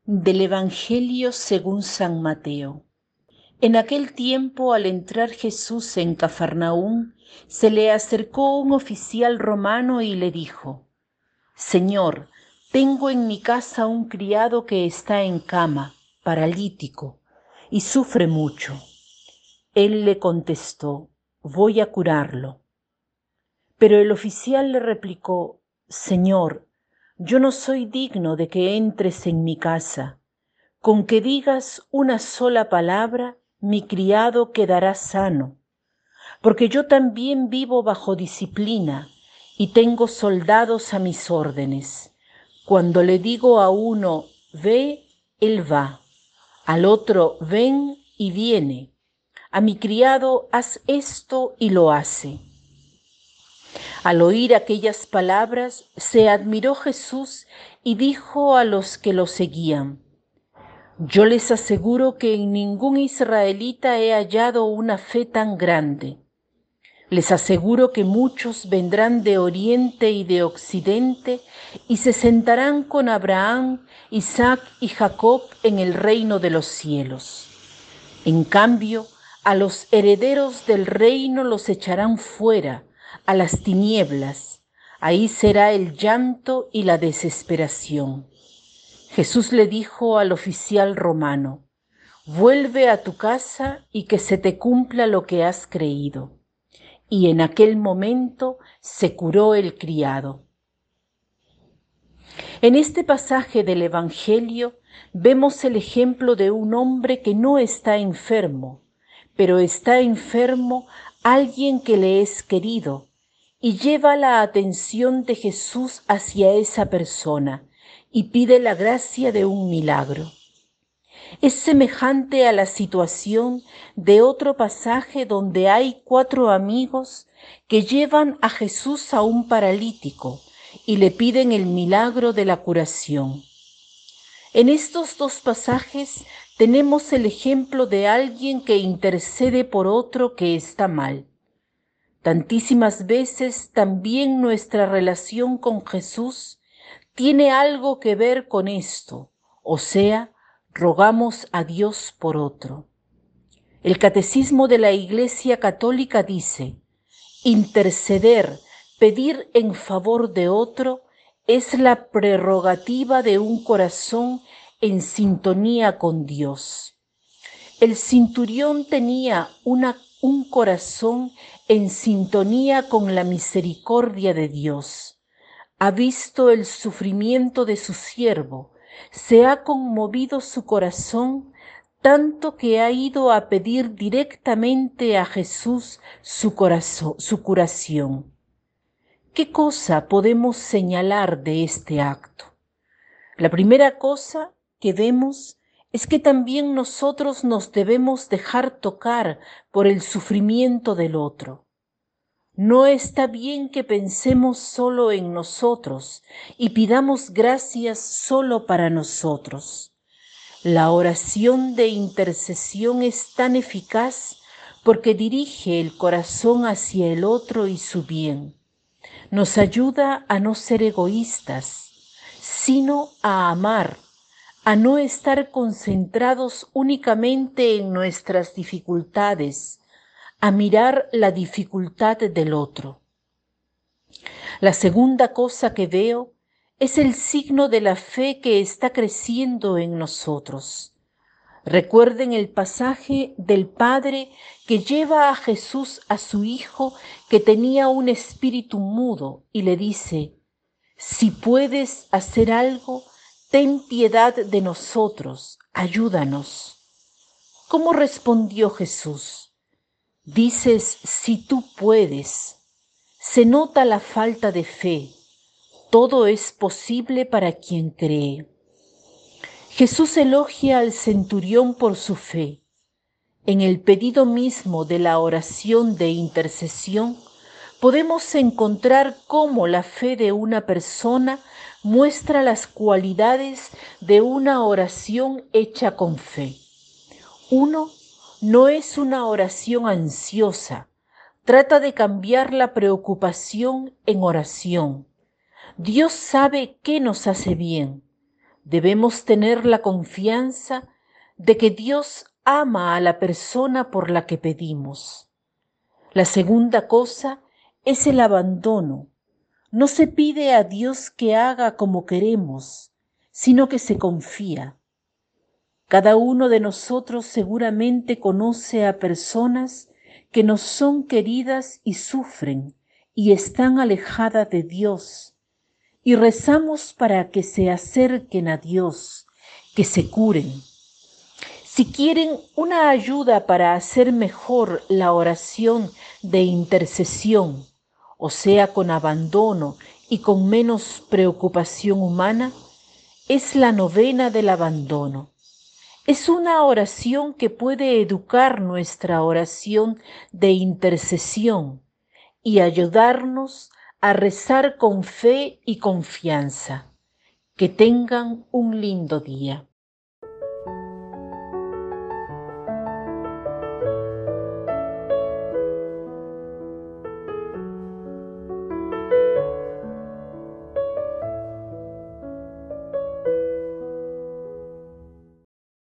Del Evangelio según San Mateo. En aquel tiempo, al entrar Jesús en Cafarnaúm, se le acercó un oficial romano y le dijo: Señor, tengo en mi casa un criado que está en cama, paralítico, y sufre mucho. Él le contestó: voy a curarlo. Pero el oficial le replicó: Señor, yo no soy digno de que entres en mi casa. Con que digas una sola palabra, mi criado quedará sano, porque yo también vivo bajo disciplina y tengo soldados a mis órdenes. Cuando le digo a uno, ve, él va, al otro, ven y viene, a mi criado, haz esto y lo hace. Al oír aquellas palabras, se admiró Jesús y dijo a los que lo seguían: Yo les aseguro que en ningún israelita he hallado una fe tan grande. Les aseguro que muchos vendrán de oriente y de occidente y se sentarán con Abraham, Isaac y Jacob en el reino de los cielos. En cambio, a los herederos del reino los echarán fuera, a las tinieblas. Ahí será el llanto y la desesperación. Jesús le dijo al oficial romano: vuelve a tu casa y que se te cumpla lo que has creído. Y en aquel momento se curó el criado. En este pasaje del Evangelio vemos el ejemplo de un hombre que no está enfermo, pero está enfermo alguien que le es querido, y lleva la atención de Jesús hacia esa persona y pide la gracia de un milagro. Es semejante a la situación de otro pasaje donde hay 4 amigos que llevan a Jesús a un paralítico y le piden el milagro de la curación. En estos 2 pasajes tenemos el ejemplo de alguien que intercede por otro que está mal. Tantísimas veces también nuestra relación con Jesús tiene algo que ver con esto, o sea, rogamos a Dios por otro. El Catecismo de la Iglesia Católica dice: interceder, pedir en favor de otro, es la prerrogativa de un corazón en sintonía con Dios. El centurión tenía un corazón en sintonía con la misericordia de Dios. Ha visto el sufrimiento de su siervo, se ha conmovido su corazón, tanto que ha ido a pedir directamente a Jesús su curación. ¿Qué cosa podemos señalar de este acto? La primera cosa que vemos es que también nosotros nos debemos dejar tocar por el sufrimiento del otro. No está bien que pensemos solo en nosotros y pidamos gracias solo para nosotros. La oración de intercesión es tan eficaz porque dirige el corazón hacia el otro y su bien. Nos ayuda a no ser egoístas, sino a amar, a no estar concentrados únicamente en nuestras dificultades, a mirar la dificultad del otro. La segunda cosa que veo es el signo de la fe que está creciendo en nosotros. Recuerden el pasaje del padre que lleva a Jesús a su hijo que tenía un espíritu mudo y le dice: si puedes hacer algo, ten piedad de nosotros, ayúdanos. ¿Cómo respondió Jesús? Dices, si tú puedes. Se nota la falta de fe. Todo es posible para quien cree. Jesús elogia al centurión por su fe. En el pedido mismo de la oración de intercesión, podemos encontrar cómo la fe de una persona muestra las cualidades de una oración hecha con fe. Uno, no es una oración ansiosa, trata de cambiar la preocupación en oración. Dios sabe qué nos hace bien. Debemos tener la confianza de que Dios ama a la persona por la que pedimos. La segunda cosa es el abandono. No se pide a Dios que haga como queremos, sino que se confía. Cada uno de nosotros seguramente conoce a personas que nos son queridas y sufren y están alejadas de Dios, y rezamos para que se acerquen a Dios, que se curen. Si quieren una ayuda para hacer mejor la oración de intercesión, o sea, con abandono y con menos preocupación humana, es la novena del abandono. Es una oración que puede educar nuestra oración de intercesión y ayudarnos a rezar con fe y confianza. Que tengan un lindo día.